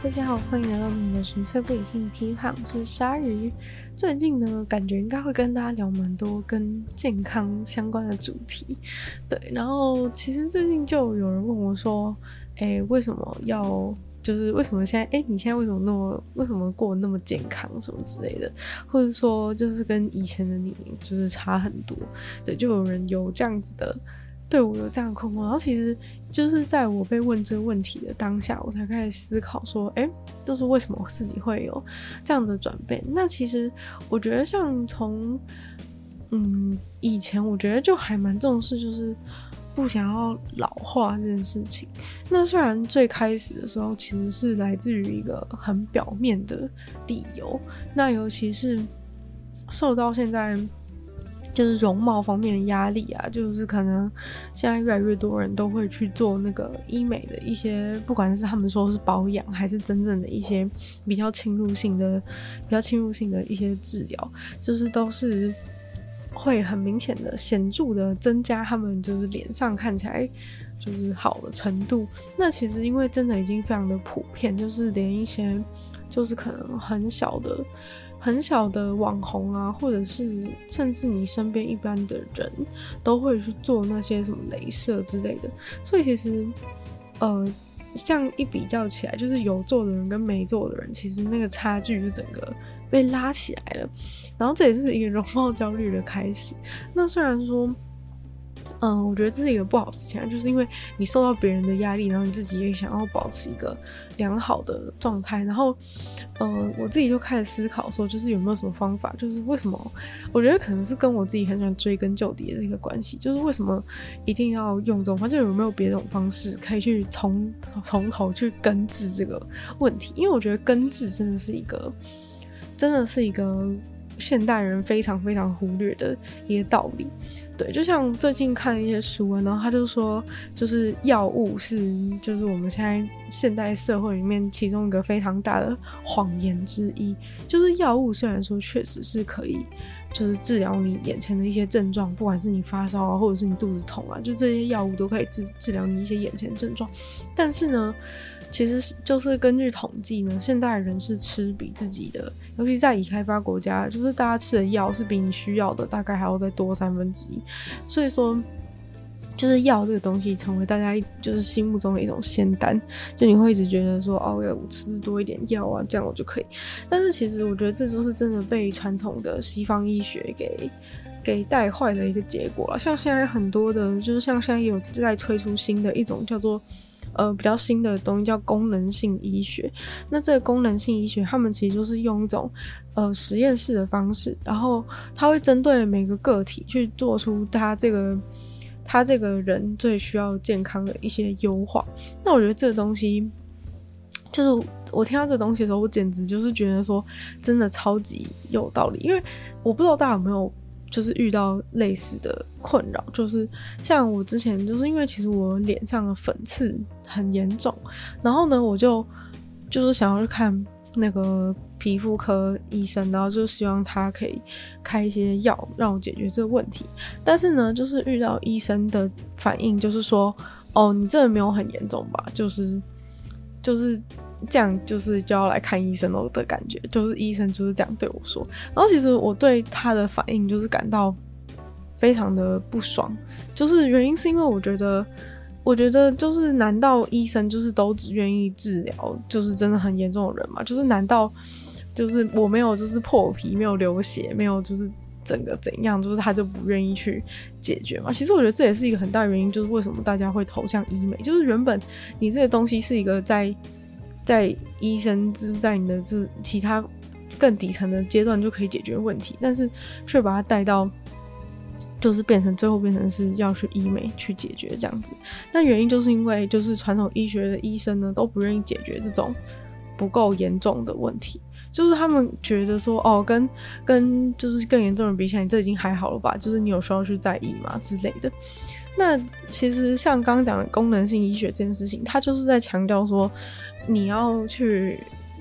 大家好，欢迎来到你的纯粹不理性批判，我是鲨鱼。最近呢，感觉应该会跟大家聊蛮多跟健康相关的主题，对。然后其实最近就有人问我说，为什么要？就是为什么现在，你现在为什么过得那么健康什么之类的，或者说就是跟以前的你就是差很多，对，就有人有这样子的。对我有这样的困惑，然后其实就是在我被问这个问题的当下，我才开始思考说，就是为什么我自己会有这样的转变？那其实我觉得像从以前，我觉得就还蛮重视，就是不想要老化这件事情。那虽然最开始的时候其实是来自于一个很表面的理由，那尤其是受到现在就是容貌方面的压力啊，就是可能现在越来越多人都会去做那个医美的一些，不管是他们说是保养，还是真正的一些比较侵入性的一些治疗，就是都是会很明显的显著的增加他们就是脸上看起来就是好的程度。那其实因为真的已经非常的普遍，就是连一些就是可能很小的网红啊，或者是甚至你身边一般的人都会去做那些什么雷射之类的，所以其实这样一比较起来，就是有做的人跟没做的人，其实那个差距就整个被拉起来了。然后这也是一个容貌焦虑的开始。那虽然说我觉得这是一个不好的事情啊，就是因为你受到别人的压力，然后你自己也想要保持一个良好的状态，然后我自己就开始思考说，就是有没有什么方法，就是为什么我觉得可能是跟我自己很喜欢追根究底的这个关系，就是为什么一定要用这种方式，有没有别的方式可以去从头去根治这个问题？因为我觉得根治真的是一个现代人非常非常忽略的一个道理。对，就像最近看了一些书啊，然后他就说，就是药物就是我们现代社会里面其中一个非常大的谎言之一。就是药物虽然说确实是可以就是治疗你眼前的一些症状，不管是你发烧啊，或者是你肚子痛啊，就这些药物都可以治疗你一些眼前症状。但是呢，其实就是根据统计呢，现代人是吃比自己的，尤其在已开发国家，就是大家吃的药是比你需要的大概还要再多1/3。所以说就是药这个东西成为大家就是心目中的一种仙丹，就你会一直觉得说我吃多一点药啊，这样我就可以。但是其实我觉得这就是真的被传统的西方医学给带坏的一个结果了。像现在很多的，就是像现在也有在推出新的一种叫做比较新的东西叫功能性医学。那这个功能性医学他们其实就是用一种实验室的方式，然后他会针对每个个体去做出他这个人最需要健康的一些优化。那我觉得这个东西就是我听到这个东西的时候，我简直就是觉得说真的超级有道理。因为我不知道大家有没有就是遇到类似的困扰，就是像我之前就是因为其实我脸上的粉刺很严重，然后呢我就是想要去看那个皮肤科医生，然后就希望他可以开一些药让我解决这个问题。但是呢就是遇到医生的反应就是说你这个没有很严重吧，就是这样，就要来看医生了的感觉，就是医生就是这样对我说。然后其实我对他的反应就是感到非常的不爽，就是原因是因为我觉得就是难道医生就是都只愿意治疗就是真的很严重的人吗？就是难道就是我没有就是破皮，没有流血，没有就是整个怎样，就是他就不愿意去解决嘛？其实我觉得这也是一个很大原因，就是为什么大家会投向医美，就是原本你这个东西是一个在医生就是在你的这其他更底层的阶段就可以解决问题，但是却把它带到就是最后变成是要去医美去解决这样子。那原因就是因为就是传统医学的医生呢都不愿意解决这种不够严重的问题，就是他们觉得说跟就是更严重的人比起来，你这已经还好了吧，就是你有需要去在意嘛之类的。那其实像刚刚讲的功能性医学这件事情，它就是在强调说你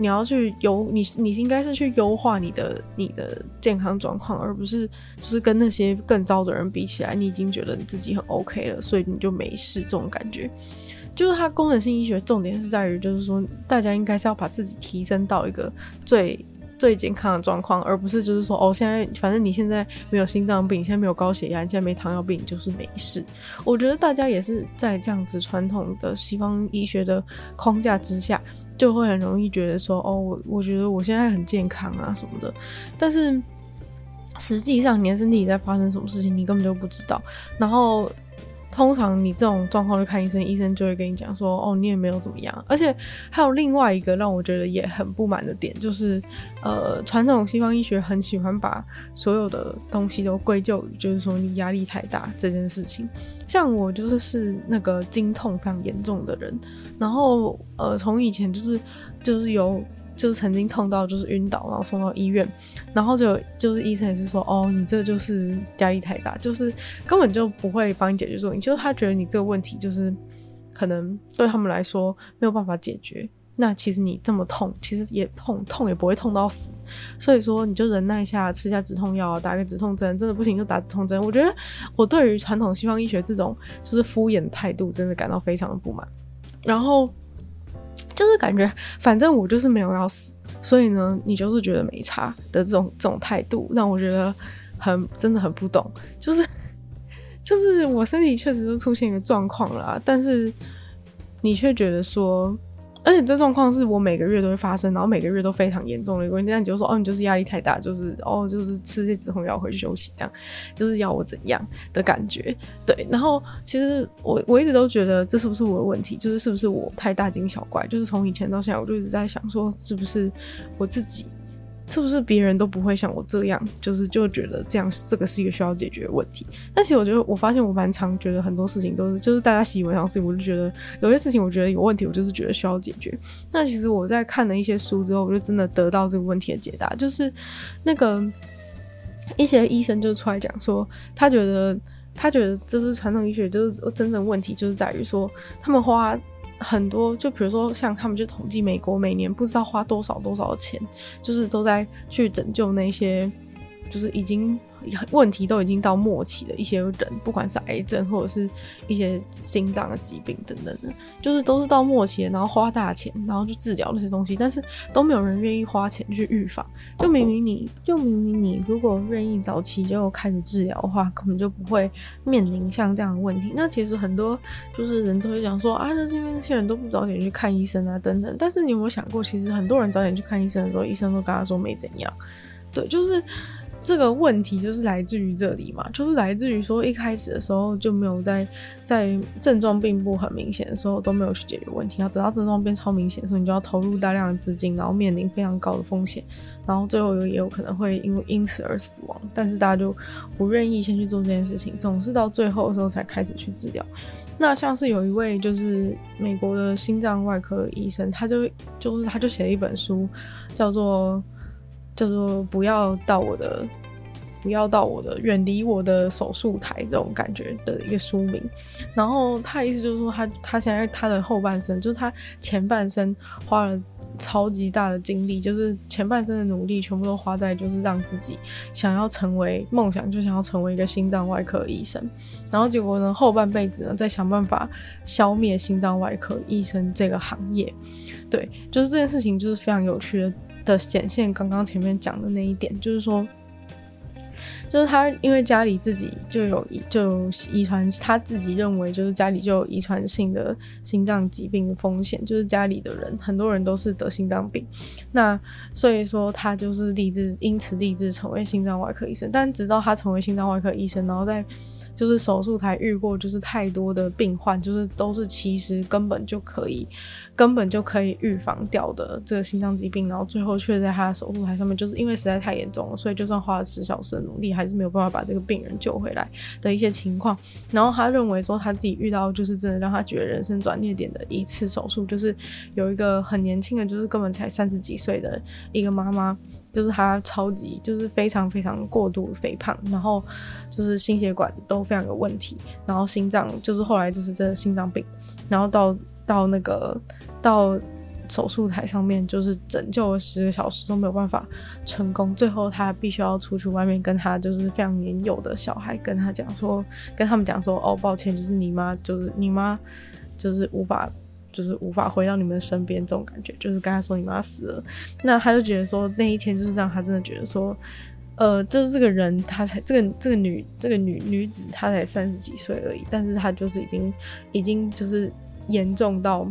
你要去你应该是去优化你的健康状况，而不是就是跟那些更糟的人比起来，你已经觉得你自己很 OK 了，所以你就没事这种感觉。就是它功能性医学重点是在于，就是说大家应该是要把自己提升到一个最健康的状况，而不是就是说现在反正你现在没有心脏病，你现在没有高血压，你现在没糖尿病，你就是没事。我觉得大家也是在这样子传统的西方医学的框架之下，就会很容易觉得说我觉得我现在很健康啊什么的，但是实际上你的身体在发生什么事情你根本就不知道。然后通常你这种状况去看医生，医生就会跟你讲说你也没有怎么样。而且还有另外一个让我觉得也很不满的点，就是传统西方医学很喜欢把所有的东西都归咎于就是说你压力太大这件事情。像我就是那个经痛非常严重的人，然后从以前就是曾经痛到就是晕倒，然后送到医院，然后就是医生也是说你这就是压力太大，就是根本就不会帮你解决这个问题，就是他觉得你这个问题就是可能对他们来说没有办法解决，那其实你这么痛其实也痛也不会痛到死，所以说你就忍耐一下，吃一下止痛药，打个止痛针，真的不行就打止痛针。我觉得我对于传统西方医学这种就是敷衍的态度真的感到非常的不满，然后就是感觉反正我就是没有要死，所以呢你就是觉得没差的这种态度让我觉得真的很不懂。就是我身体确实是出现一个状况啦，但是你却觉得说，而且这状况是我每个月都会发生，然后每个月都非常严重的一个问题，但你就说你就是压力太大，就是就是吃些止痛药回去休息，这样就是要我怎样的感觉。对，然后其实我一直都觉得这是不是我的问题，就是是不是我太大惊小怪，就是从以前到现在我就一直在想说是不是我自己，是不是别人都不会像我这样，就觉得这个是一个需要解决的问题。但其实我发现我蛮常觉得很多事情都是就是大家习以为常的事情，我就觉得有些事情我觉得有问题，我就是觉得需要解决。那其实我在看了一些书之后，我就真的得到这个问题的解答，就是那个一些医生就出来讲说，他觉得就是传统医学就是真正问题就是在于说他们花很多，就比如说像他们就统计美国每年不知道花多少的钱，就是都在去拯救那些就是已经问题都已经到末期的一些人，不管是癌症或者是一些心脏的疾病等等的，就是都是到末期的，然后花大钱然后去治疗那些东西，但是都没有人愿意花钱去预防。就明明你如果愿意早期就开始治疗的话，可能就不会面临像这样的问题。那其实很多就是人都会讲说那是因为那些人都不早点去看医生啊等等，但是你有没有想过，其实很多人早点去看医生的时候，医生都跟他说没怎样。对，就是这个问题就是来自于这里嘛，就是来自于说一开始的时候就没有在症状并不很明显的时候都没有去解决问题，然后等到症状变超明显的时候，你就要投入大量的资金，然后面临非常高的风险，然后最后也有可能会因此而死亡，但是大家就不愿意先去做这件事情，总是到最后的时候才开始去治疗。那像是有一位就是美国的心脏外科医生，他就写了一本书，叫做不要到我的远离我的手术台这种感觉的一个书名。然后他的意思就是说他现在他的后半生，就是他前半生花了超级大的精力，就是前半生的努力全部都花在就是让自己想要成为梦想，就想要成为一个心脏外科医生，然后结果呢后半辈子呢再想办法消灭心脏外科医生这个行业。对，就是这件事情就是非常有趣的显现刚刚前面讲的那一点，就是说就是他因为家里自己就遗传，他自己认为就是家里就有遗传性的心脏疾病的风险，就是家里的人很多人都是得心脏病，那所以说他就是因此立志成为心脏外科医生。但直到他成为心脏外科医生，然后在就是手术台遇过就是太多的病患，就是都是其实根本就可以预防掉的这个心脏疾病，然后最后却在他的手术台上面就是因为实在太严重了，所以就算花了10小时的努力还是没有办法把这个病人救回来的一些情况。然后他认为说他自己遇到就是真的让他觉得人生转捩点的一次手术，就是有一个很年轻的就是根本才30几岁的一个妈妈，就是她超级就是非常非常过度肥胖，然后就是心血管都非常有问题，然后心脏就是后来就是真的心脏病，然后到手术台上面就是拯救了10个小时都没有办法成功，最后他必须要出去外面跟他就是非常年幼的小孩跟他们讲说哦抱歉，就是你妈就是无法回到你们身边这种感觉，就是跟他说你妈死了。那他就觉得说那一天就是让他真的觉得说就是这个人他才这个女子她才30几岁而已，但是她就是已经就是严重到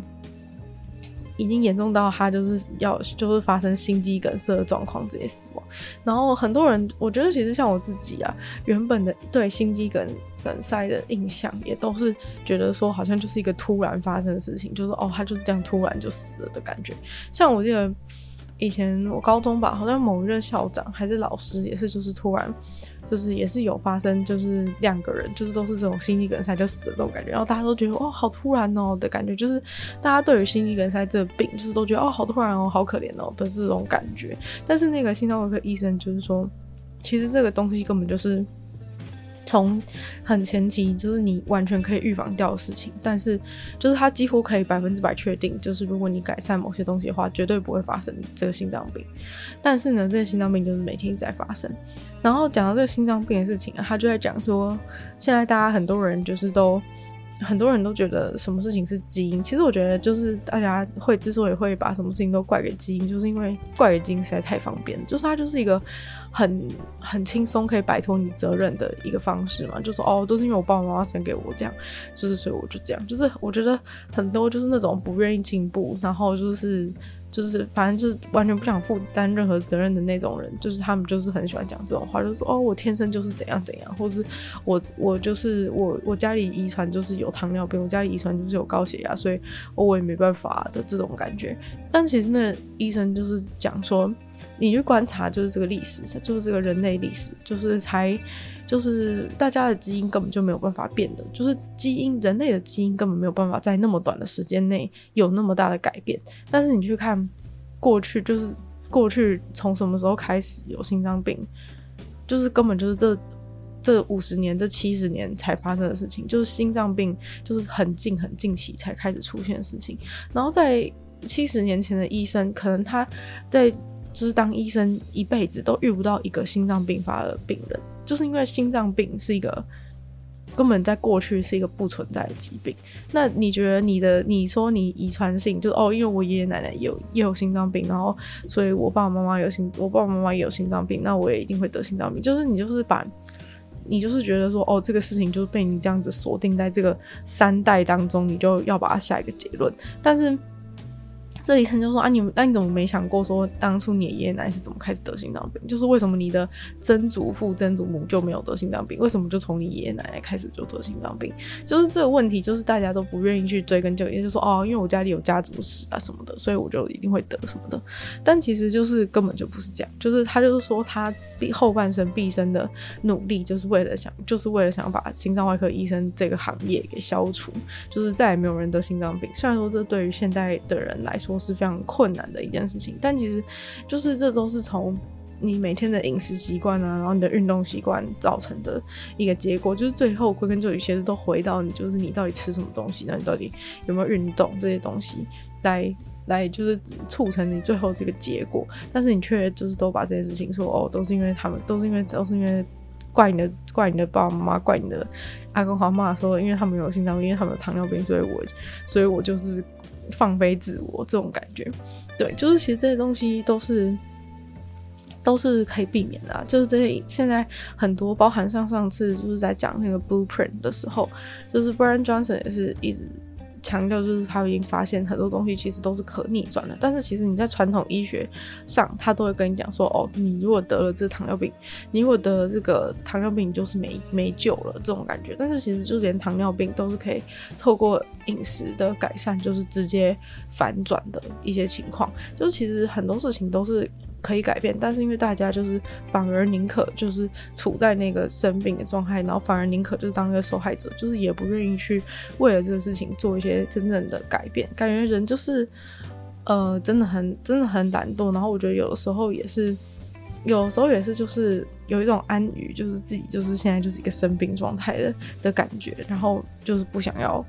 他就是发生心肌梗塞的状况直接死亡。然后很多人我觉得其实像我自己啊，原本的对心肌梗塞的印象也都是觉得说好像就是一个突然发生的事情，就是他就是这样突然就死了的感觉。像我记得以前我高中吧，好像某一任校长还是老师也是就是突然就是也是有发生就是2个人就是都是这种心肌梗塞就死了这种感觉，然后大家都觉得好突然的感觉，就是大家对于心肌梗塞这个病就是都觉得好突然好可怜的这种感觉。但是那个心脏外科医生就是说其实这个东西根本就是从很前期就是你完全可以预防掉的事情，但是就是他几乎可以100%确定，就是如果你改善某些东西的话绝对不会发生这个心脏病。但是呢这个心脏病就是每天在发生。然后讲到这个心脏病的事情他就在讲说现在大家很多人都觉得什么事情是基因，其实我觉得就是大家之所以会把什么事情都怪给基因，就是因为怪给基因实在太方便，就是它就是一个很轻松可以摆脱你责任的一个方式嘛，就说都是因为我爸爸妈妈生给我这样，就是所以我就这样，就是我觉得很多就是那种不愿意进步，然后就是反正就是完全不想负担任何责任的那种人，就是他们就是很喜欢讲这种话，就是说我天生就是怎样怎样，或是我就是我家里遗传就是有糖尿病，我家里遗传就是有高血压，所以我也没办法的这种感觉。但其实那医生就是讲说你去观察就是这个历史，就是这个人类历史，就是大家的基因根本就没有办法变的，就是人类的基因根本没有办法在那么短的时间内有那么大的改变。但是你去看过去，就是过去从什么时候开始有心脏病，就是根本就是这50年这70年才发生的事情，就是心脏病就是很近期才开始出现的事情。然后在70年前的医生可能他在就是当医生一辈子都遇不到一个心脏病发的病人，就是因为心脏病是一个根本在过去是一个不存在的疾病。那你觉得你说你遗传性就是因为我爷爷奶奶也有心脏病，然后所以我爸爸妈妈也有心脏病，那我也一定会得心脏病，就是你就是觉得说这个事情就是被你这样子锁定在这个3代当中，你就要把它下一个结论。但是这医生就说那你怎么没想过说当初你的爷爷奶奶是怎么开始得心脏病，就是为什么你的曾祖父曾祖母就没有得心脏病，为什么就从你爷爷奶奶开始就得心脏病，就是这个问题就是大家都不愿意去追根究底，就说因为我家里有家族史啊什么的，所以我就一定会得什么的。但其实就是根本就不是这样，就是他就是说他后半生毕生的努力就是为了想把心脏外科医生这个行业给消除，就是再也没有人得心脏病。虽然说这对于现代的人来说是非常困难的一件事情，但其实就是这都是从你每天的饮食习惯啊，然后你的运动习惯造成的一个结果，就是最后归根究底其实都回到就是你到底吃什么东西，那你到底有没有运动这些东西来就是促成你最后这个结果。但是你却就是都把这些事情说都是因为怪你的爸爸妈妈，怪你的阿公阿嬷，说因为他们有心脏病，因为他们有糖尿病，所以我就是放飞自我这种感觉。对，就是其实这些东西都是可以避免的就是这些现在很多包含上次就是在讲那个 Blueprint 的时候，就是 Brian Johnson 也是一直强调，就是他已经发现很多东西其实都是可逆转的，但是其实你在传统医学上他都会跟你讲说你如果得了这个糖尿病，你如果得了这个糖尿病你就是没救了这种感觉。但是其实就连糖尿病都是可以透过饮食的改善就是直接反转的一些情况，就是其实很多事情都是可以改变，但是因为大家就是反而宁可就是处在那个生病的状态，然后反而宁可就是当那个受害者，就是也不愿意去为了这个事情做一些真正的改变。感觉人就是真的很懒惰，然后我觉得有的时候也是就是有一种安于就是自己就是现在就是一个生病状态的感觉，然后就是不想要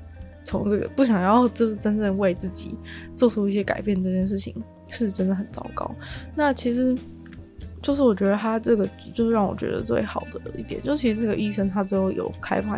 从这个不想要就是真正为自己做出一些改变这件事情是真的很糟糕。那其实就是我觉得他这个就是让我觉得最好的一点，就其实这个医生他最后有开发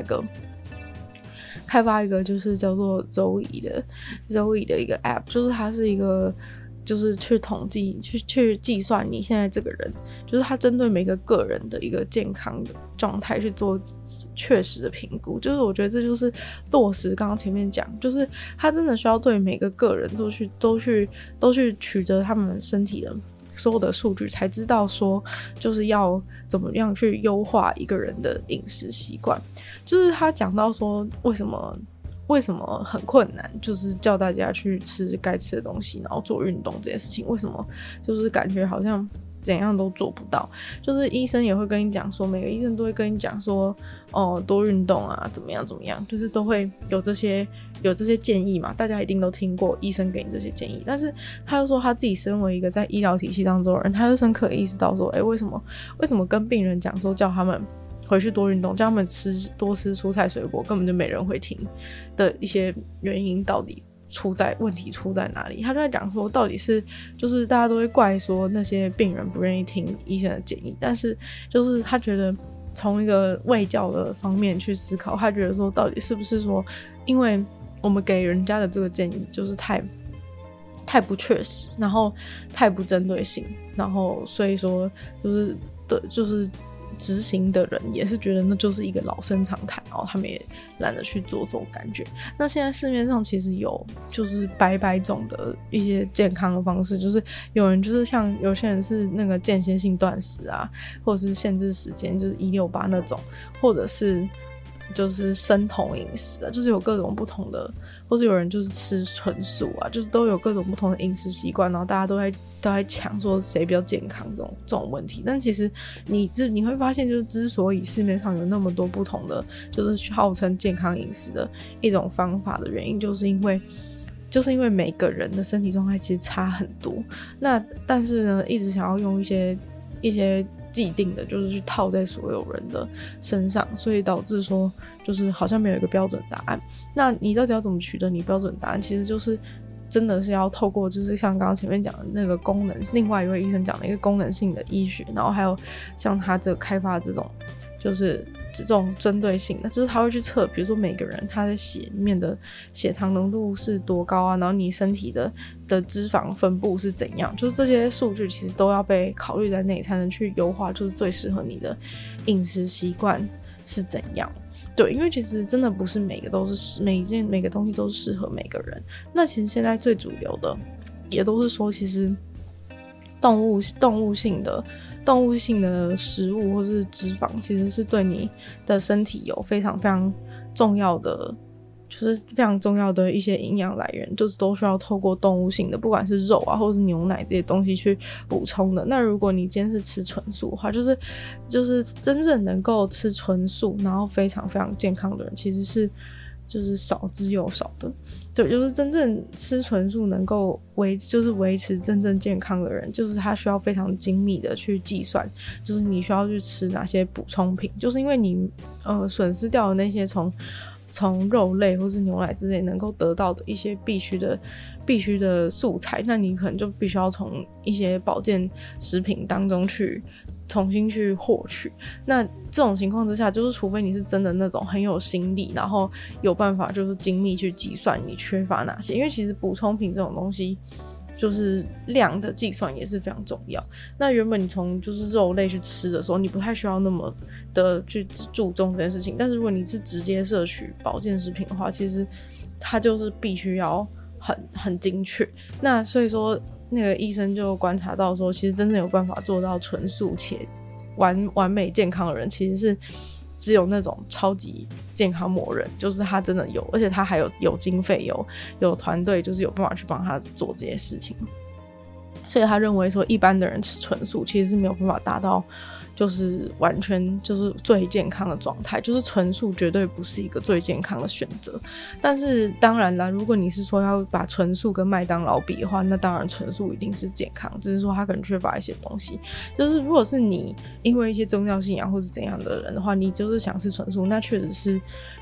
一个就是叫做 Zoe 的一个 app， 就是它是一个就是去统计去计算你现在这个人，就是他针对每个个人的一个健康的状态去做确实的评估。就是我觉得这就是落实刚刚前面讲，就是他真的需要对每个个人都去取得他们身体的所有的数据，才知道说就是要怎么样去优化一个人的饮食习惯。就是他讲到说为什么很困难，就是叫大家去吃该吃的东西，然后做运动这件事情，为什么就是感觉好像怎样都做不到。就是医生也会跟你讲说，每个医生都会跟你讲说多运动啊，怎么样，就是都会有这些建议嘛，大家一定都听过医生给你这些建议。但是他就说他自己身为一个在医疗体系当中的人，他就深刻意识到说为什么跟病人讲说叫他们回去多运动，叫他们多吃蔬菜水果，根本就没人会听的一些原因到底问题出在哪里。他就在讲说到底是就是大家都会怪说那些病人不愿意听医生的建议，但是就是他觉得从一个卫教的方面去思考，他觉得说到底是不是说因为我们给人家的这个建议就是太不确实，然后太不针对性，然后所以说就是执行的人也是觉得那就是一个老生常谈，然后他们也懒得去做这种感觉。那现在市面上其实有就是百种的一些健康的方式，就是有人就是像有些人是那个间歇性断食啊，或者是限制时间就是168那种，或者是就是生酮饮食啊，就是有各种不同的，或是有人就是吃纯素啊，就是都有各种不同的饮食习惯，然后大家都在抢说谁比较健康这种问题。但其实你会发现，就是之所以市面上有那么多不同的就是号称健康饮食的一种方法的原因，就是因为每个人的身体状态其实差很多。那但是呢，一直想要用一些既定的就是去套在所有人的身上，所以导致说就是好像没有一个标准答案。那你到底要怎么取得你标准答案，其实就是真的是要透过就是像刚刚前面讲的那个功能，另外一位医生讲的一个功能性的医学，然后还有像他这个开发这种就是这种针对性的，就是他会去测比如说每个人他的血里面的血糖浓度是多高啊，然后你身体的脂肪分布是怎样，就是这些数据其实都要被考虑在内，才能去优化就是最适合你的饮食习惯是怎样。对，因为其实真的不是每个东西都是适合每个人。那其实现在最主流的也都是说，其实动物性的食物或是脂肪，其实是对你的身体有非常非常重要的，就是非常重要的一些营养来源，就是都需要透过动物性的，不管是肉啊或是牛奶这些东西去补充的。那如果你今天是吃纯素的话，就是真正能够吃纯素然后非常非常健康的人，其实是就是少之又少的。对，就是真正吃纯素能够维持真正健康的人，就是他需要非常精密的去计算，就是你需要去吃哪些补充品，就是因为你损失掉的那些从肉类或是牛奶之类能够得到的一些必须的素材，那你可能就必须要从一些保健食品当中去重新去获取。那这种情况之下，就是除非你是真的那种很有心力，然后有办法就是精密去计算你缺乏哪些，因为其实补充品这种东西就是量的计算也是非常重要。那原本你从就是肉类去吃的时候，你不太需要那么的去注重这件事情，但是如果你是直接摄取保健食品的话，其实它就是必须要很精确。那所以说那个医生就观察到说，其实真正有办法做到纯素且完美健康的人，其实是只有那种超级健康魔人，就是他真的有，而且他还有经费，有团队，就是有办法去帮他做这些事情。所以他认为说，一般的人吃纯素其实是没有办法达到就是完全就是最健康的状态，就是纯素绝对不是一个最健康的选择。但是当然啦，如果你是说要把纯素跟麦当劳比的话，那当然纯素一定是健康，只是说它可能缺乏一些东西。就是如果是你因为一些宗教信仰或是怎样的人的话，你就是想吃纯素，那确实是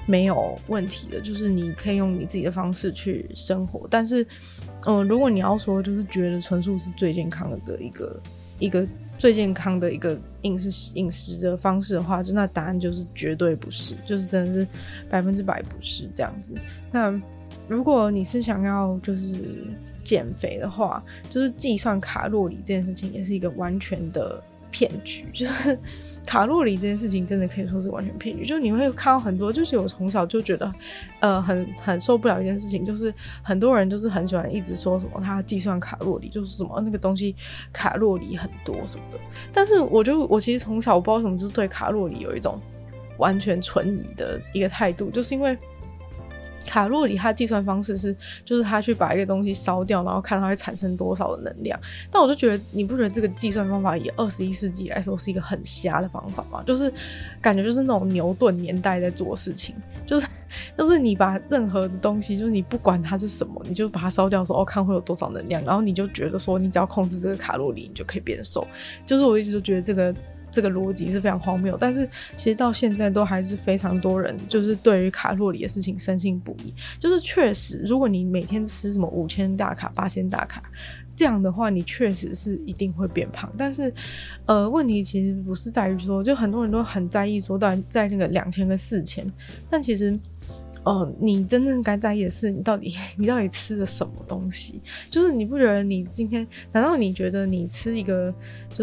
没有问题的，就是你可以用你自己的方式去生活。但是如果你要说就是觉得纯素是最健康的一个最健康的一个饮食的方式的话，就那答案就是绝对不是，就是真的是100%不是这样子。那如果你是想要就是减肥的话，就是计算卡路里这件事情也是一个完全的骗局，就是卡路里这件事情真的可以说是完全骗局。就是你会看到很多，就是我从小就觉得很受不了一件事情，就是很多人就是很喜欢一直说什么他计算卡路里，就是什么那个东西卡路里很多什么的。但是我其实从小我不知道为什么就是对卡路里有一种完全存疑的一个态度，就是因为卡路里它的计算方式是就是它去把一个东西烧掉，然后看它会产生多少的能量。但我就觉得你不觉得这个计算方法以21世纪来说是一个很瞎的方法吗？就是感觉就是那种牛顿年代在做事情，就是你把任何的东西，就是你不管它是什么，你就把它烧掉说看会有多少能量，然后你就觉得说你只要控制这个卡路里你就可以变瘦。就是我一直都觉得这个逻辑是非常荒谬，但是其实到现在都还是非常多人就是对于卡路里的事情深信不疑。就是确实如果你每天吃什么5000大卡8000大卡这样的话，你确实是一定会变胖。但是问题其实不是在于说，就很多人都很在意说到底在那个2000跟4000，但其实你真正该在意的是你到底吃了什么东西。就是你不觉得你今天难道你觉得你吃一个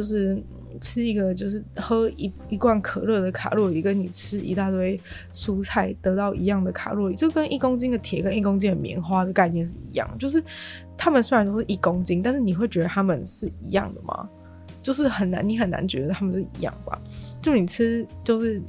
就是喝一罐可乐的卡路里跟你吃一大堆蔬菜得到一样的卡路里，就跟1公斤的铁跟1公斤的棉花的概念是一样。就是他们虽然都是1公斤，但是你会觉得他们是一样的吗？就是你很难觉得他们是一样吧。就你吃就是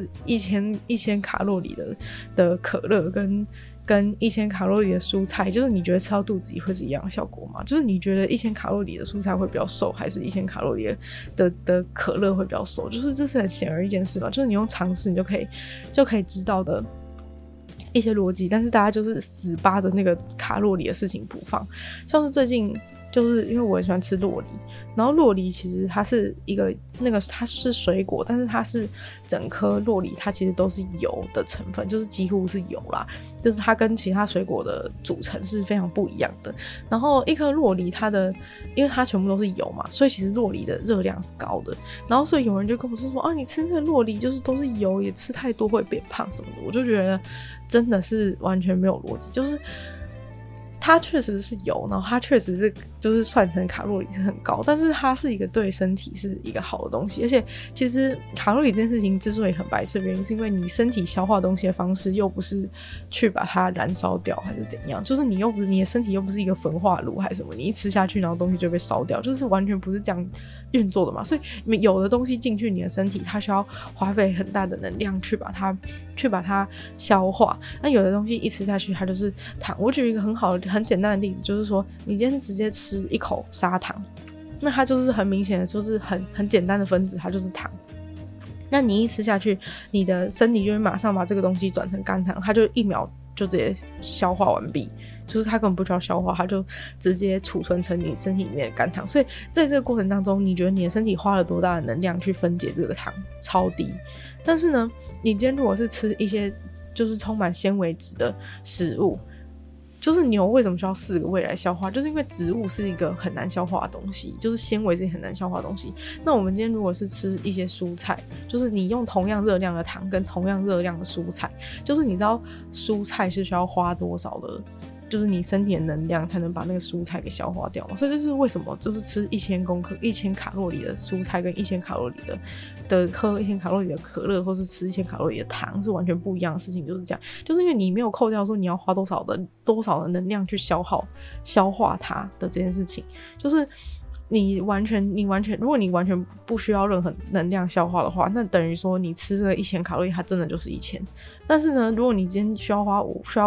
1000卡路里的可乐跟1000卡路里的蔬菜，就是你觉得吃到肚子里会是一样的效果吗？就是你觉得1000卡路里的蔬菜会比较瘦，还是1000卡路里的可乐会比较瘦？就是这是很显而易见的事嘛，就是你用常识你就可以知道的一些逻辑。但是大家就是死扒着那个卡路里的事情不放。像是最近就是因为我很喜欢吃酪梨，然后酪梨其实它是一个它是水果，但是它是整颗酪梨它其实都是油的成分，就是几乎是油啦，就是它跟其他水果的组成是非常不一样的。然后一颗酪梨因为它全部都是油嘛，所以其实酪梨的热量是高的。然后所以有人就跟我说你吃那个酪梨就是都是油，也吃太多会变胖什么的。我就觉得真的是完全没有逻辑，就是它确实是油，然后它确实是就是算成卡路里是很高，但是它是一个对身体是一个好的东西。而且其实卡路里这件事情之所以很白痴的原因是因为你身体消化东西的方式又不是去把它燃烧掉还是怎样，就是你的身体又不是一个焚化炉还是什么，你一吃下去然后东西就被烧掉，就是完全不是这样运作的嘛。所以有的东西进去你的身体它需要花费很大的能量去把它消化，那有的东西一吃下去它就是糖。我举一个很简单的例子，就是说你今天直接吃一口砂糖，那它就是很明显的就是很简单的分子，它就是糖。那你一吃下去，你的身体就会马上把这个东西转成甘糖，它就1秒就直接消化完毕，就是它根本不需要消化，它就直接储存成你身体里面的甘糖。所以在这个过程当中，你觉得你的身体花了多大的能量去分解这个糖？超低。但是呢，你今天如果是吃一些就是充满纤维质的食物，就是牛为什么需要4个胃来消化，就是因为植物是一个很难消化的东西，就是纤维是一个很难消化的东西。那我们今天如果是吃一些蔬菜，就是你用同样热量的糖跟同样热量的蔬菜，就是你知道蔬菜是需要花多少的就是你身体的能量才能把那个蔬菜给消化掉嘛。所以就是为什么就是吃1000卡路里的蔬菜跟1000卡路里的喝1000卡路里的可乐，或是吃1000卡路里的糖是完全不一样的事情。就是这样，就是因为你没有扣掉说你要花多少的能量去消化它的这件事情。就是如果你完全不需要任何能量消化的话，那等于说你吃这个1000卡路里它真的就是1000。但是呢，如果你今天需要花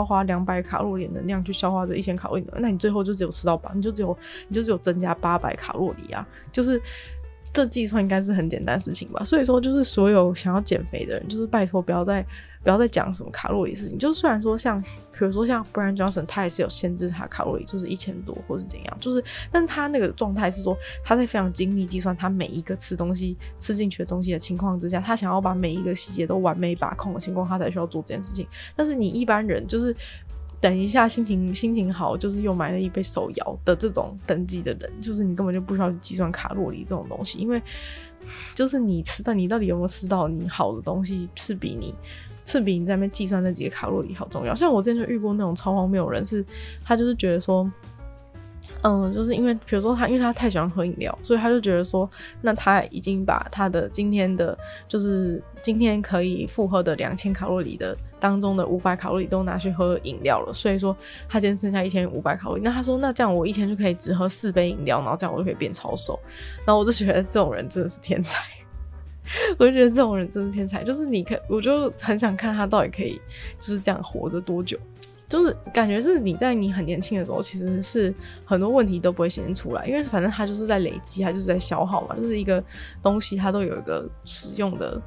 200卡路里的能量去消化这1000卡路里，那你最后就只有吃到饱，你就只有增加800卡路里啊。就是这计算应该是很简单的事情吧。所以说就是所有想要减肥的人，就是拜托不要再讲什么卡路里的事情。就虽然说比如说像 Brian Johnson 他也是有限制他卡路里，就是1000多或是怎样，就是但他那个状态是说他在非常精密计算他每一个吃进去的东西的情况之下，他想要把每一个细节都完美把控的情况，他才需要做这件事情。但是你一般人就是等一下心情好，就是又买了一杯手摇的这种等级的人，就是你根本就不需要计算卡路里这种东西，因为就是你到底有没有吃到你好的东西，是比你在那边计算那几个卡路里好重要。像我之前就遇过那种超荒谬的人，是他就是觉得说就是因为比如说因为他太喜欢喝饮料，所以他就觉得说那他已经把他的今天可以负荷的2000卡路里的当中的500卡路里都拿去喝饮料了，所以说他今天剩下1500卡路里。那他说那这样我一天就可以只喝4杯饮料，然后这样我就可以变超瘦。然后我就觉得这种人真的是天才我就觉得这种人真是天才，就是我就很想看他到底可以就是这样活着多久。就是感觉是你在你很年轻的时候，其实是很多问题都不会显现出来，因为反正它就是在累积，它就是在消耗嘛，就是一个东西它都有一个使用的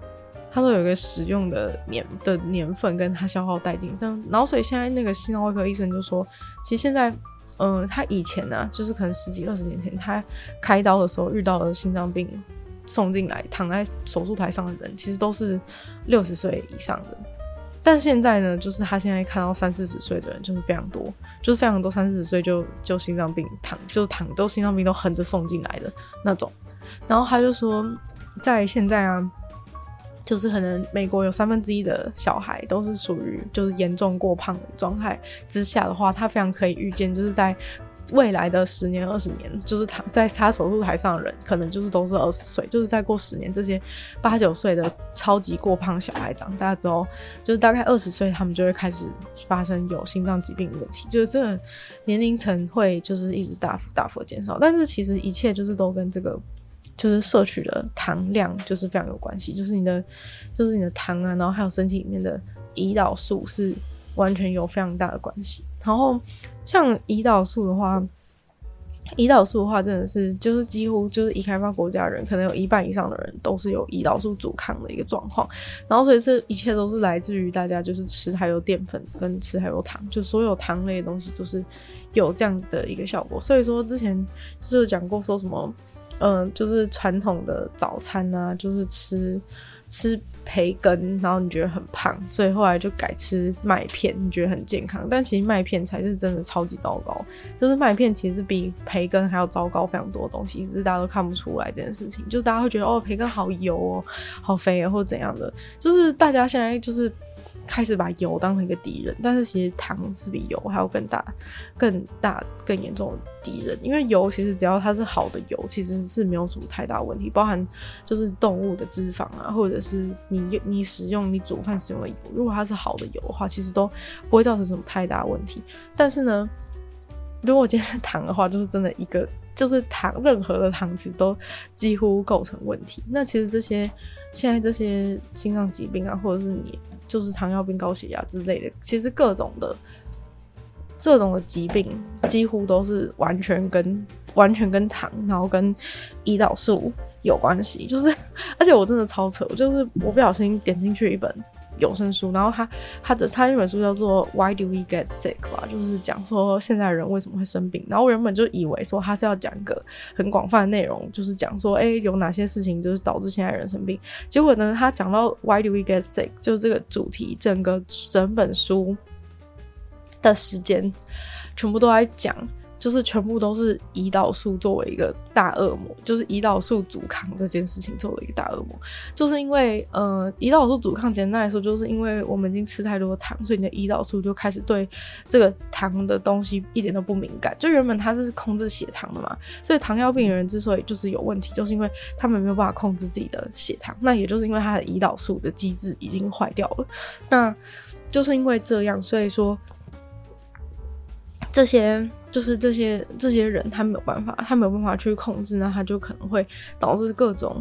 年份跟它消耗殆尽。然后所以现在那个心脏外科医生就说，其实现在他以前啊，就是可能10几20年前他开刀的时候遇到了心脏病送进来躺在手术台上的人，其实都是60岁以上的。但现在呢，就是他现在看到30-40岁的人就是非常多，就是非常多30-40岁就心脏病都心脏病都横着送进来的那种。然后他就说在现在啊，就是可能美国有1/3的小孩都是属于就是严重过胖的状态之下的话，他非常可以预见就是在未来的10年20年，就是在他手术台上的人可能就是都是20岁，就是再过10年这些8、9岁的超级过胖小孩长大之后，就是大概20岁他们就会开始发生有心脏疾病的问题，就是这个年龄层会就是一直大幅减少。但是其实一切就是都跟这个就是摄取的糖量就是非常有关系，就是你的糖啊，然后还有身体里面的胰岛素是完全有非常大的关系。然后像胰岛素的话真的是就是几乎就是已开发国家的人可能有1半以上的人都是有胰岛素阻抗的一个状况。然后所以这一切都是来自于大家就是吃太多淀粉跟吃太多糖，就所有糖类的东西都是有这样子的一个效果。所以说之前就是有讲过说什么就是传统的早餐啊，就是吃培根，然后你觉得很胖，所以后来就改吃麦片，你觉得很健康。但其实麦片才是真的超级糟糕，就是麦片其实比培根还要糟糕非常多的东西，只是大家都看不出来这件事情。就是大家会觉得培根好油哦，好肥啊，或者怎样的，就是大家现在就是开始把油当成一个敌人，但是其实糖是比油还有更严重的敌人。因为油其实只要它是好的油，其实是没有什么太大问题，包含就是动物的脂肪啊，或者是你煮饭使用的油，如果它是好的油的话，其实都不会造成什么太大问题。但是呢，如果今天是糖的话，就是真的就是糖，任何的糖其实都几乎构成问题。那其实现在这些心脏疾病啊，或者是你就是糖尿病、高血压之类的，其实各种的疾病几乎都是完全跟糖，然后跟胰岛素有关系。就是而且我真的超扯，就是我不小心点进去一本有声书，然后他那本书叫做 Why Do We Get Sick 吧，就是讲说现在人为什么会生病。然后我原本就以为说他是要讲一个很广泛的内容，就是讲说有哪些事情就是导致现在人生病。结果呢，他讲到 Why Do We Get Sick 就是这个主题，整本书的时间全部都在讲，就是全部都是胰岛素作为一个大恶魔，就是胰岛素阻抗这件事情作为一个大恶魔。就是因为胰岛素阻抗简单来说就是因为我们已经吃太多糖，所以你的胰岛素就开始对这个糖的东西一点都不敏感。就原本它是控制血糖的嘛，所以糖尿病的人之所以就是有问题，就是因为他们没有办法控制自己的血糖，那也就是因为他的胰岛素的机制已经坏掉了。那就是因为这样，所以说这些人他没有办法去控制，那他就可能会导致各种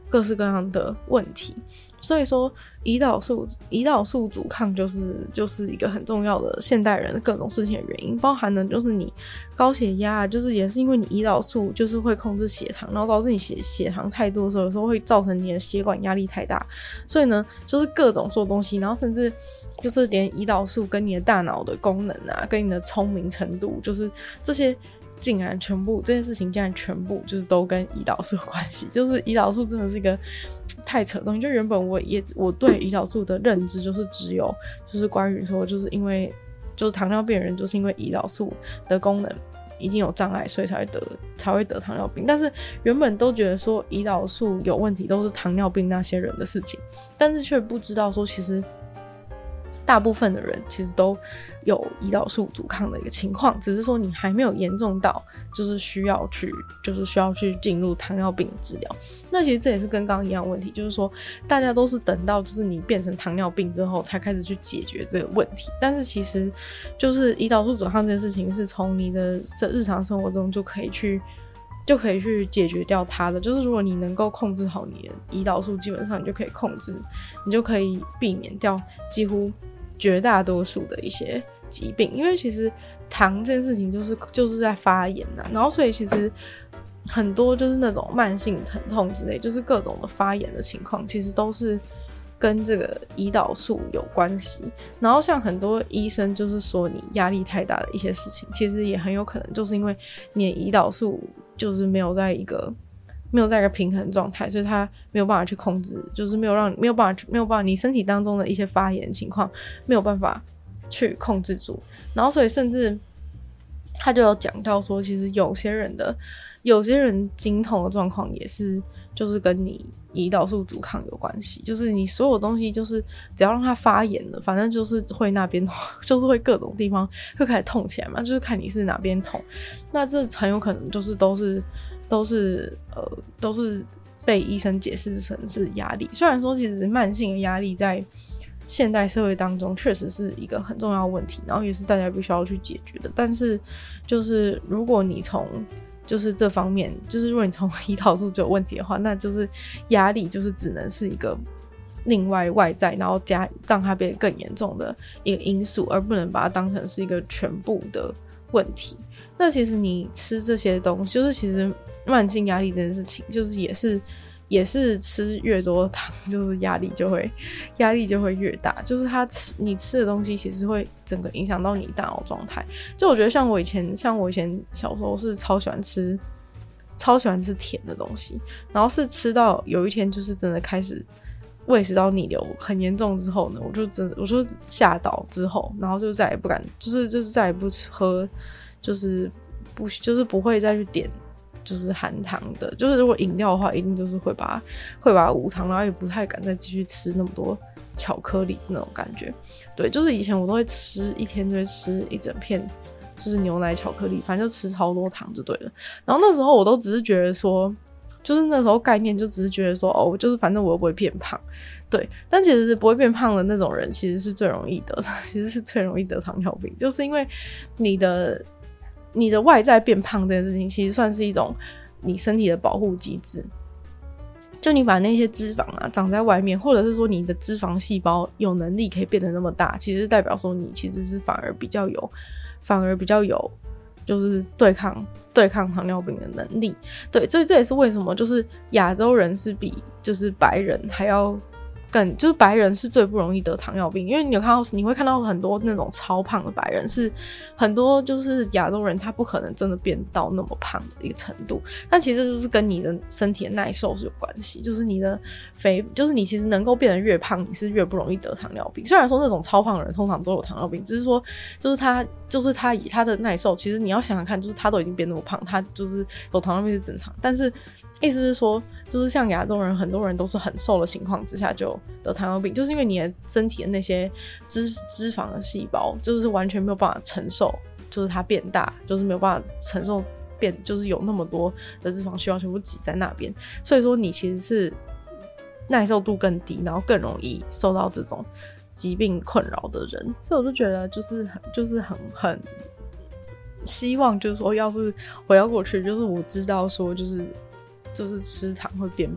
各式各样的问题。所以说胰岛素阻抗就是一个很重要的现代人的各种事情的原因，包含呢就是你高血压，就是也是因为你胰岛素就是会控制血糖，然后导致你血糖太多的时候，有时候会造成你的血管压力太大，所以呢就是各种所有东西，然后甚至就是连胰岛素跟你的大脑的功能啊，跟你的聪明程度，就是这些竟然全部这件事情竟然全部就是都跟胰岛素有关系，就是胰岛素真的是一个太扯的东西。就原本我对胰岛素的认知就是只有就是关于说就是因为就是糖尿病人就是因为胰岛素的功能已经有障碍，所以才会得糖尿病。但是原本都觉得说胰岛素有问题都是糖尿病那些人的事情，但是却不知道说其实大部分的人其实都有胰岛素阻抗的一个情况，只是说你还没有严重到就是需要去进入糖尿病治疗。那其实这也是跟刚刚一样的问题，就是说大家都是等到就是你变成糖尿病之后才开始去解决这个问题，但是其实就是胰岛素阻抗这件事情是从你的日常生活中就可以去解决掉它的。就是如果你能够控制好你的胰岛素，基本上你就可以避免掉几乎绝大多数的一些疾病。因为其实糖这件事情就是在发炎啊，然后所以其实很多就是那种慢性疼痛之类，就是各种的发炎的情况，其实都是跟这个胰岛素有关系。然后像很多医生就是说你压力太大的一些事情，其实也很有可能就是因为你的胰岛素就是没有在一个平衡状态，所以它没有办法去控制，就是没有办法你身体当中的一些发炎情况没有办法去控制住。然后所以甚至他就有讲到说，其实有些人经痛的状况也是就是跟你胰岛素阻抗有关系，就是你所有东西就是只要让它发炎了，反正就是会那边就是会各种地方会开始痛起来嘛，就是看你是哪边痛。那这很有可能就是都是被医生解释成是压力。虽然说其实慢性的压力在现代社会当中确实是一个很重要的问题，然后也是大家必须要去解决的，但是就是如果你从就是这方面，就是如果你从胰岛素就有问题的话，那就是压力就是只能是一个另外在，然后让它变得更严重的一个因素，而不能把它当成是一个全部的问题。那其实你吃这些东西，就是其实慢性压力这件事情，就是也是吃越多糖，就是压力就会越大。就是你吃的东西其实会整个影响到你大脑状态。就我觉得像我以前小时候是超喜欢吃甜的东西，然后是吃到有一天就是真的开始胃食道逆流很严重之后呢，我就吓到之后，然后就再也不敢，就是再也不喝，就是不会再去点就是含糖的，就是如果饮料的话一定就是会把它无糖，然后也不太敢再继续吃那么多巧克力那种感觉。对，就是以前我都会一天就会吃一整片就是牛奶巧克力，反正就吃超多糖就对了。然后那时候我都只是觉得说，就是那时候概念就只是觉得说就是反正我又不会变胖。对，但其实是不会变胖的那种人其实是最容易得糖尿病，就是因为你的外在变胖这件事情其实算是一种你身体的保护机制。就你把那些脂肪啊长在外面，或者是说你的脂肪细胞有能力可以变得那么大，其实代表说你其实是反而比较有就是对抗糖尿病的能力。对，这也是为什么就是亚洲人是比就是白人还要就是白人是最不容易得糖尿病。因为你会看到很多那种超胖的白人，是很多就是亚洲人他不可能真的变到那么胖的一个程度，但其实就是跟你的身体的耐受是有关系。就是你的就是你其实能够变得越胖，你是越不容易得糖尿病。虽然说那种超胖的人通常都有糖尿病，只是说就是他以他的耐受，其实你要想想看，就是他都已经变那么胖，他就是有糖尿病是正常。但是意思是说，就是像亚洲人很多人都是很瘦的情况之下就得糖尿病，就是因为你的身体的那些脂肪的细胞就是完全没有办法承受，就是它变大，就是没有办法承受就是有那么多的脂肪细胞全部挤在那边，所以说你其实是耐受度更低，然后更容易受到这种疾病困扰的人。所以我就觉得就是很希望就是说，要是回到过去，就是我知道说就是吃糖会变笨，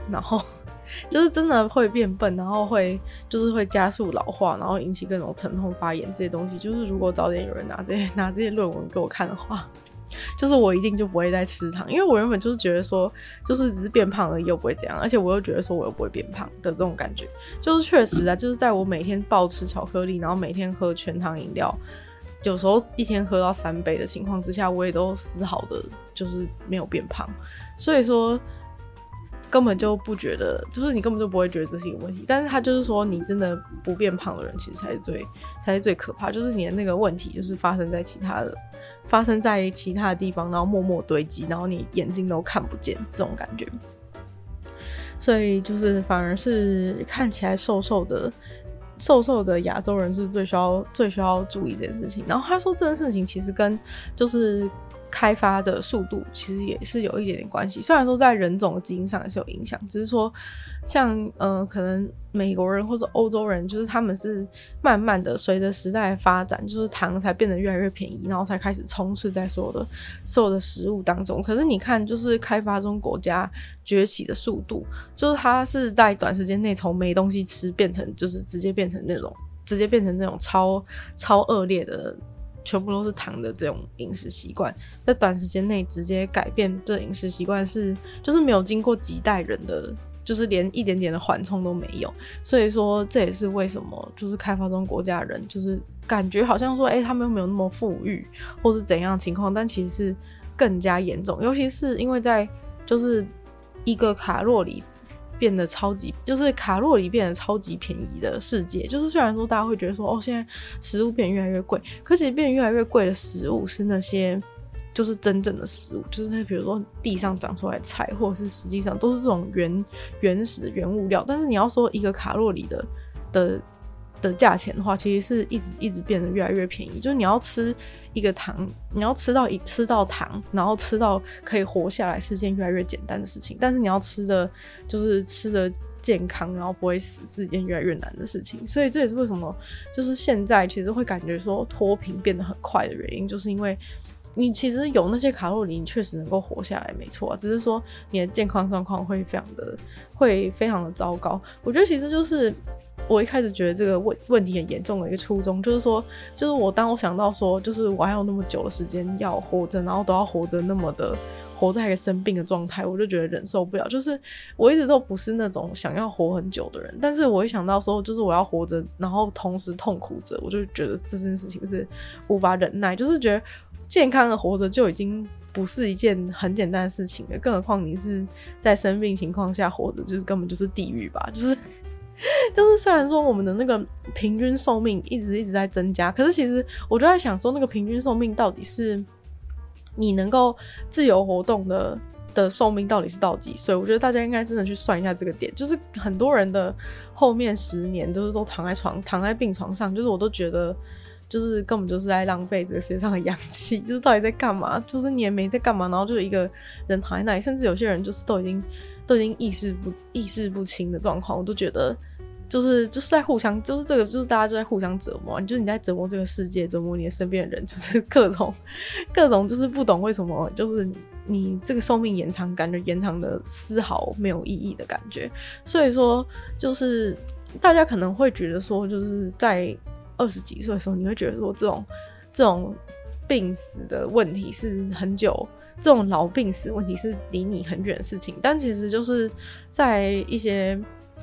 然后就是真的会变笨，然后会加速老化，然后引起各种疼痛发炎这些东西。就是如果早点有人拿这些论文给我看的话，就是我一定就不会再吃糖，因为我原本就是觉得说就是只是变胖而已，又不会怎样，而且我又觉得说我又不会变胖的这种感觉。就是确实啊，就是在我每天暴吃巧克力，然后每天喝全糖饮料，有时候一天喝到3杯的情况之下，我也都丝毫的就是没有变胖。所以说根本就不觉得，就是你根本就不会觉得这是一个问题。但是他就是说你真的不变胖的人其实才是最可怕，就是你的那个问题就是发生在其他的地方，然后默默堆积，然后你眼睛都看不见这种感觉。所以就是反而是看起来瘦瘦的亚洲人是最需要注意这件事情。然后他说这件事情其实跟就是开发的速度其实也是有一点点关系，虽然说在人种的基因上也是有影响，只是说像可能美国人或者欧洲人，就是他们是慢慢的随着时代的发展，就是糖才变得越来越便宜，然后才开始充斥在所有的食物当中。可是你看就是开发中国家崛起的速度，就是它是在短时间内从没东西吃变成就是直接变成那种超恶劣的全部都是糖的这种饮食习惯，在短时间内直接改变这饮食习惯是就是没有经过几代人的，就是连一点点的缓冲都没有。所以说这也是为什么就是开发中国家的人就是感觉好像说他们又没有那么富裕或是怎样的情况，但其实是更加严重。尤其是因为在就是一个卡路里变得超级便宜的世界，就是虽然说大家会觉得说现在食物变得越来越贵，可其实变得越来越贵的食物是那些就是真正的食物，就是比如说地上长出来的菜，或者是实际上都是这种原始原物料。但是你要说一个卡路里的价钱的话，其实是一直变得越来越便宜。就是你要吃一个糖，你要吃到糖，然后吃到可以活下来是件越来越简单的事情，但是你要吃的健康，然后不会死是一件越来越难的事情。所以这也是为什么就是现在其实会感觉说脱贫变得很快的原因，就是因为你其实有那些卡路里，你确实能够活下来，没错啊，只是说你的健康状况会非常的糟糕。我觉得其实就是我一开始觉得这个问题很严重的一个初衷，就是说，就是当我想到说，就是我还有那么久的时间要活着，然后都要活得那么的活在一个生病的状态，我就觉得忍受不了。就是我一直都不是那种想要活很久的人，但是我一想到说，就是我要活着，然后同时痛苦着，我就觉得这件事情是无法忍耐，就是觉得健康的活着就已经不是一件很简单的事情了，更何况你是在生病情况下活着，就是根本就是地狱吧，就是虽然说我们的那个平均寿命一直在增加，可是其实我就在想说，那个平均寿命到底是你能够自由活动的寿命到底是到几岁？我觉得大家应该真的去算一下这个点。就是很多人的后面10年都躺在病床上，就是我都觉得就是根本就是在浪费这个世界上的氧气，就是到底在干嘛？就是你也没在干嘛，然后就一个人躺在那里，甚至有些人就是都已经意识不清的状况，我都觉得就是在互相，就是这个就是大家就在互相折磨，就是你在折磨这个世界，折磨你的身边的人，就是各种就是不懂为什么就是你这个寿命延长，感觉延长的丝毫没有意义的感觉。所以说就是大家可能会觉得说，就是在20几岁的时候，你会觉得说这种病死的问题是很久，这种老病死问题是离你很远的事情，但其实就是在一些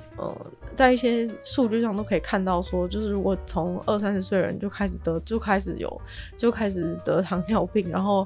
数据上都可以看到说，就是如果从20-30岁的人就开始得糖尿病，然后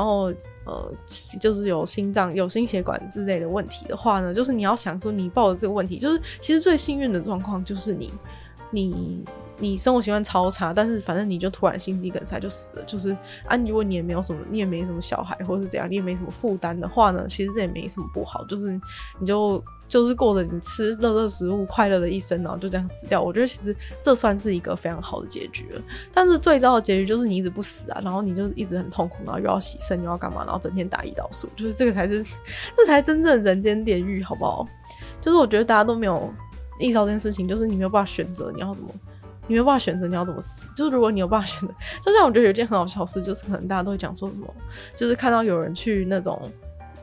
就是有心血管之类的问题的话呢，就是你要想说你抱着这个问题，就是其实最幸运的状况就是你生活习惯超差，但是反正你就突然心肌梗塞就死了，就是如果你也没什么小孩或是怎样，你也没什么负担的话呢，其实这也没什么不好，就是你就是过着你吃乐食物快乐的一生，然后就这样死掉。我觉得其实这算是一个非常好的结局了。但是最糟的结局就是你一直不死啊，然后你就一直很痛苦，然后又要洗肾又要干嘛，然后整天打胰岛素，就是这才真正的人间炼狱，好不好？就是我觉得大家都没有意识到这件事情，就是你没有办法选择你要怎么死。就是如果你有办法选择，就像我觉得有一件很好笑的事，就是可能大家都会讲说什么，就是看到有人去那种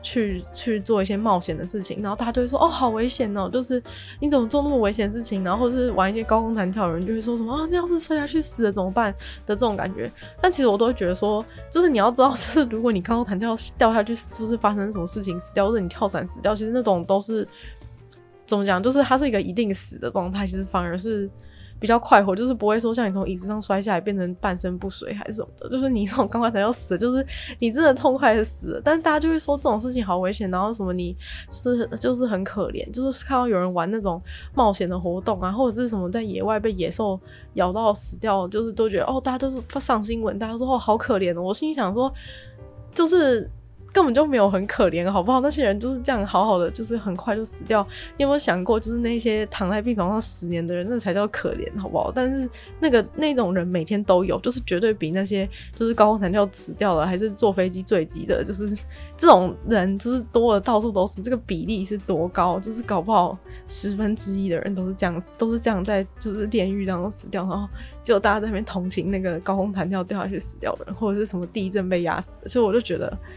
去做一些冒险的事情，然后大家就会说哦好危险哦，就是你怎么做那么危险的事情，然后或是玩一些高空弹跳，有人就会说什么啊那要是摔下去死了怎么办的这种感觉。但其实我都会觉得说，就是你要知道，就是如果你高空弹跳掉下去，就是发生什么事情死掉，或者你跳伞死掉，其实那种都是怎么讲，就是它是一个一定死的状态，其实反而是比较快活，就是不会说像你从椅子上摔下来变成半身不遂还是什么的，就是你这种刚才要死了，就是你真的痛快的死了，但是大家就会说这种事情好危险，然后什么你就是很可怜，就是看到有人玩那种冒险的活动啊，或者是什么在野外被野兽咬到死掉，就是都觉得哦大家都是上新闻，大家说哦好可怜哦，我心里想说就是根本就没有很可怜好不好，那些人就是这样好好的就是很快就死掉，你有没有想过就是那些躺在病床上10年的人那才叫可怜好不好，但是那种人每天都有，就是绝对比那些就是高空弹跳死掉了还是坐飞机坠机的，就是这种人就是多了到处都是，这个比例是多高，就是搞不好1/10的人都是这样死，都是这样在就是炼狱当中死掉，然后结果大家在那边同情那个高空弹跳掉下去死掉的人，或者是什么地震被压死的，所以我就觉得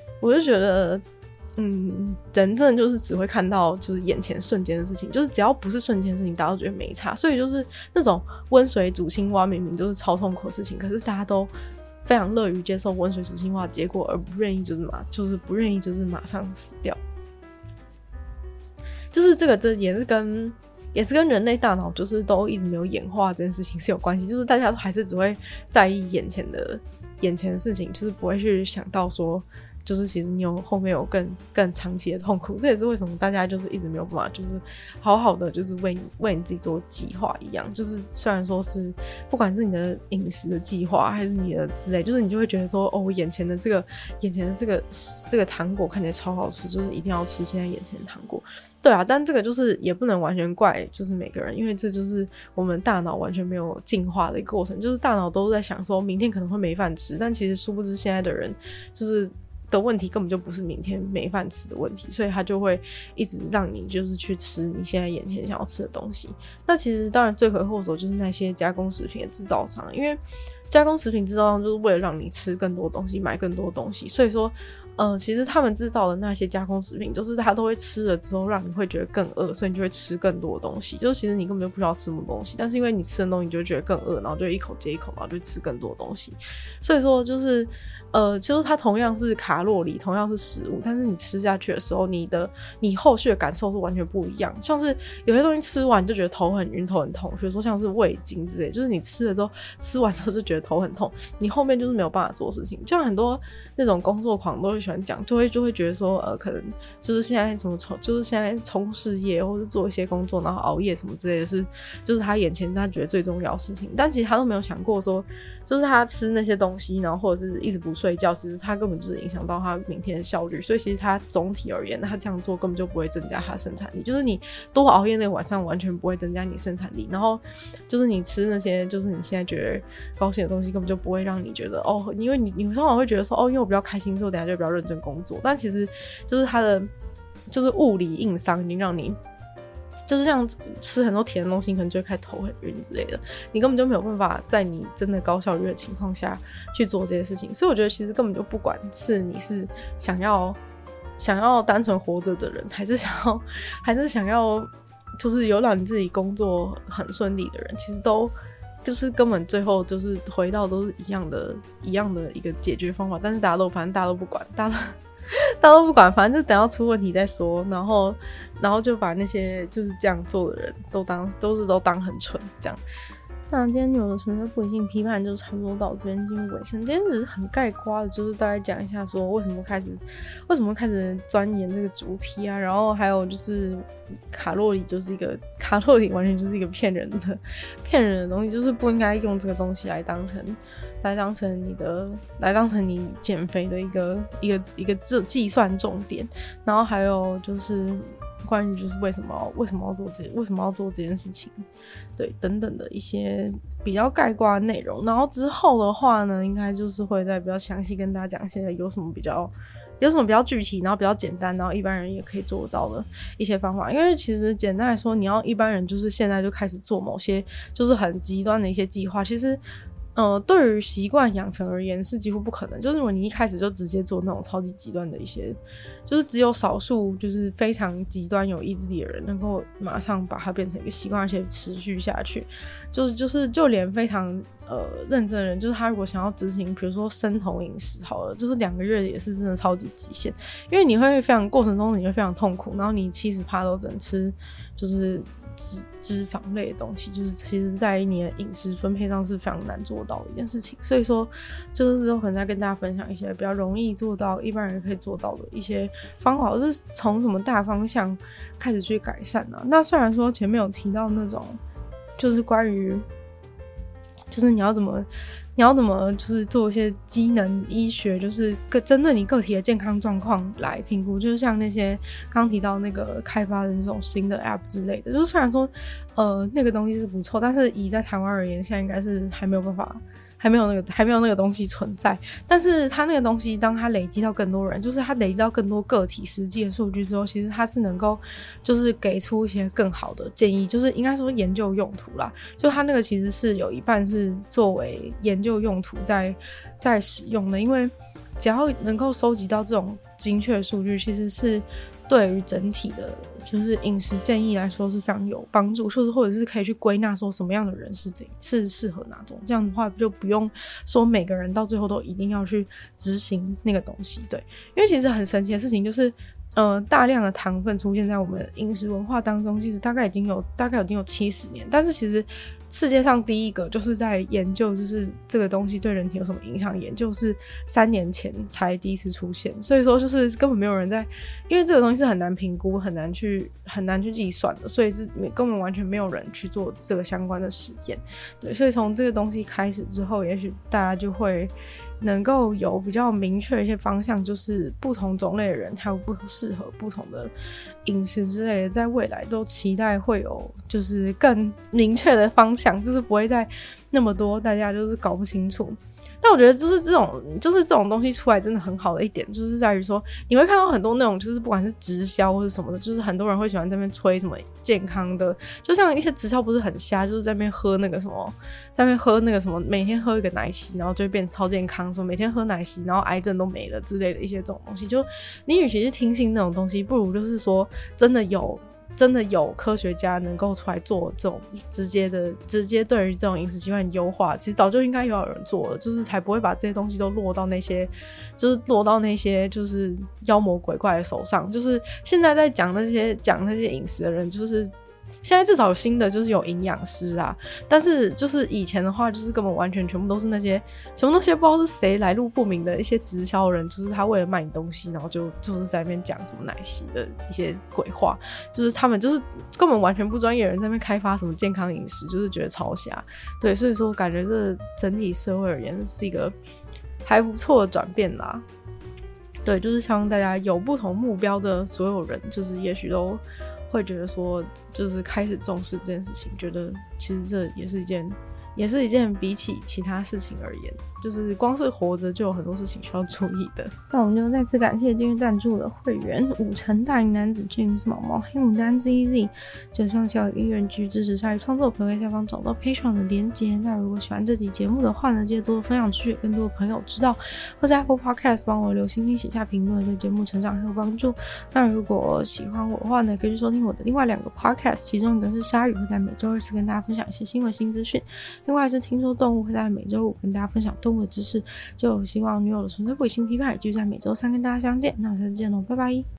人真的就是只会看到就是眼前瞬间的事情，就是只要不是瞬间的事情大家都觉得没差，所以就是那种温水煮青蛙明明就是超痛苦的事情，可是大家都非常乐于接受温水煮青蛙的结果，而不愿意就是不愿意就是马上死掉，就是这也是跟人类大脑就是都一直没有演化这件事情是有关系，就是大家都还是只会在意眼前的事情，就是不会去想到说就是其实你后面有更长期的痛苦，这也是为什么大家就是一直没有办法就是好好的就是为你自己做计划一样，就是虽然说是不管是你的饮食的计划还是你的之类，就是你就会觉得说哦眼前的这个糖果看起来超好吃，就是一定要吃现在眼前的糖果，对啊，但这个就是也不能完全怪就是每个人，因为这就是我们大脑完全没有进化的一个过程，就是大脑都在想说明天可能会没饭吃，但其实殊不知现在的人就是的问题根本就不是明天没饭吃的问题，所以他就会一直让你就是去吃你现在眼前想要吃的东西。那其实当然罪魁祸首就是那些加工食品的制造商，因为加工食品制造商就是为了让你吃更多东西买更多东西，所以说其实他们制造的那些加工食品就是他都会吃了之后让你会觉得更饿，所以你就会吃更多东西，就是其实你根本就不需要吃什么东西，但是因为你吃的东西你就会觉得更饿，然后就一口接一口，然后就吃更多东西，所以说就是就是它同样是卡路里同样是食物，但是你吃下去的时候你后续的感受是完全不一样，像是有些东西吃完就觉得头很晕头很痛，比如说像是味精之类，就是你吃了之后吃完之后就觉得头很痛，你后面就是没有办法做事情，就像很多那种工作狂都会喜欢讲，就会觉得说可能就是现在就是现在冲事业或是做一些工作然后熬夜什么之类的是就是他眼前他觉得最重要的事情，但其实他都没有想过说就是他吃那些东西然后或者是一直不睡觉，其实他根本就是影响到他明天的效率，所以其实他总体而言他这样做根本就不会增加他生产力，就是你多熬夜那个晚上完全不会增加你生产力，然后就是你吃那些就是你现在觉得高兴的东西根本就不会让你觉得因为你通常会觉得说因为我比较开心所以我等一下就比较认真工作，但其实就是他的就是物理硬伤已经让你就是像吃很多甜的东西，你可能就会开始头很晕之类的，你根本就没有办法在你真的高效率的情况下去做这些事情，所以我觉得其实根本就不管是你是想要单纯活着的人，还是想要就是有让你自己工作很顺利的人，其实都就是根本最后就是回到都是一样的一个解决方法，但是反正大家都不管，大家都不管，反正就等到出问题再说，然后就把那些就是这样做的人都当很蠢这样。那今天有的纯粹不理性批判就差不多到这边进入尾声，今天只是很概括的就是大概讲一下说为什么开始钻研这个主题啊，然后还有就是卡路里完全就是一个骗人的东西，就是不应该用这个东西来当成你减肥的一个计算重点，然后还有就是关于就是为什么要做这件事情，对等等的一些比较概括的内容，然后之后的话呢，应该就是会再比较详细跟大家讲一些有什么比较具体，然后比较简单，然后一般人也可以做得到的一些方法。因为其实简单来说，你要一般人就是现在就开始做某些就是很极端的一些计划，其实对于习惯养成而言是几乎不可能，就是如果你一开始就直接做那种超级极端的一些，就是只有少数就是非常极端有意志力的人能够马上把它变成一个习惯而且持续下去，就连非常认真的人，就是他如果想要执行比如说生酮饮食好了，就是2个月也是真的超级极限，因为你会非常过程中你会非常痛苦，然后你70%都只能吃就是脂肪类的东西，就是其实在你的饮食分配上是非常难做到的一件事情，所以说就是可能在跟大家分享一些比较容易做到一般人可以做到的一些方法，就是从什么大方向开始去改善啊。那虽然说前面有提到那种就是关于就是你要怎么就是做一些机能医学，就是针对你个体的健康状况来评估，就是像那些刚提到那个开发的那种新的 app 之类的，就是虽然说那个东西是不错，但是以在台湾而言现在应该是还没有办法，还没有那个东西存在，但是它那个东西当它累积到更多人，就是它累积到更多个体实际的数据之后，其实它是能够就是给出一些更好的建议，就是应该说研究用途啦，就它那个其实是有一半是作为研究用途在使用的，因为只要能够收集到这种精确的数据，其实是对于整体的就是饮食建议来说是非常有帮助，就是或者是可以去归纳说什么样的人是适合哪种，这样的话就不用说每个人到最后都一定要去执行那个东西。对，因为其实很神奇的事情就是大量的糖分出现在我们饮食文化当中，其实大概已经有70年，但是其实世界上第一个就是在研究就是这个东西对人体有什么影响，研究是3年前才第一次出现，所以说就是根本没有人在，因为这个东西是很难评估很难去计算的，所以是根本完全没有人去做这个相关的实验。对，所以从这个东西开始之后，也许大家就会能够有比较明确的一些方向，就是不同种类的人还有不适合不同的饮食之类的，在未来都期待会有就是更明确的方向，就是不会再那么多大家就是搞不清楚。但我觉得就是这种东西出来真的很好的一点，就是在于说你会看到很多那种就是不管是直销或者什么的，就是很多人会喜欢在那边吹什么健康的，就像一些直销不是很瞎，就是在那边喝那个什么每天喝一个奶昔然后就会变超健康，说每天喝奶昔然后癌症都没了之类的一些这种东西，就你与其是听信那种东西，不如就是说真的有科学家能够出来做这种直接对于这种饮食习惯优化，其实早就应该有人做了，就是才不会把这些东西都落到那些就是妖魔鬼怪的手上。就是现在在讲那些饮食的人，就是现在至少有新的就是有营养师啊，但是就是以前的话就是根本完全全部都是那些不知道是谁来路不明的一些直销人，就是他为了卖你东西然后就是在那边讲什么奶昔的一些鬼话，就是他们就是根本完全不专业的人在那边开发什么健康饮食，就是觉得超瞎。对，所以说感觉这整体社会而言是一个还不错的转变啦。对，就是希望大家有不同目标的所有人，就是也许都会觉得说就是开始重视这件事情，觉得其实这也是一件比起其他事情而言，就是光是活着就有很多事情需要注意的。那我们就再次感谢订阅赞助的会员5成大龄男子 James 毛毛黑牡丹 ZZ 就像小音乐剧支持鲨鱼创作朋友在下方找到 Patreon 的连结。那如果喜欢这集节目的话呢，记得多多分享出去，更多的朋友知道，或在 Apple Podcast 帮我留星星写下评论，对节目成长很有帮助。那如果喜欢我的话呢，可以去收听我的另外2个 Podcast， 其中一个是鲨鱼，会在每周2次跟大家分享一些新闻新资讯，另外是听说动物，会在每周5跟大家分享动物的知识。就希望女友的纯粹不理性批判也继续在每周3跟大家相见。那我下次见喽，拜拜。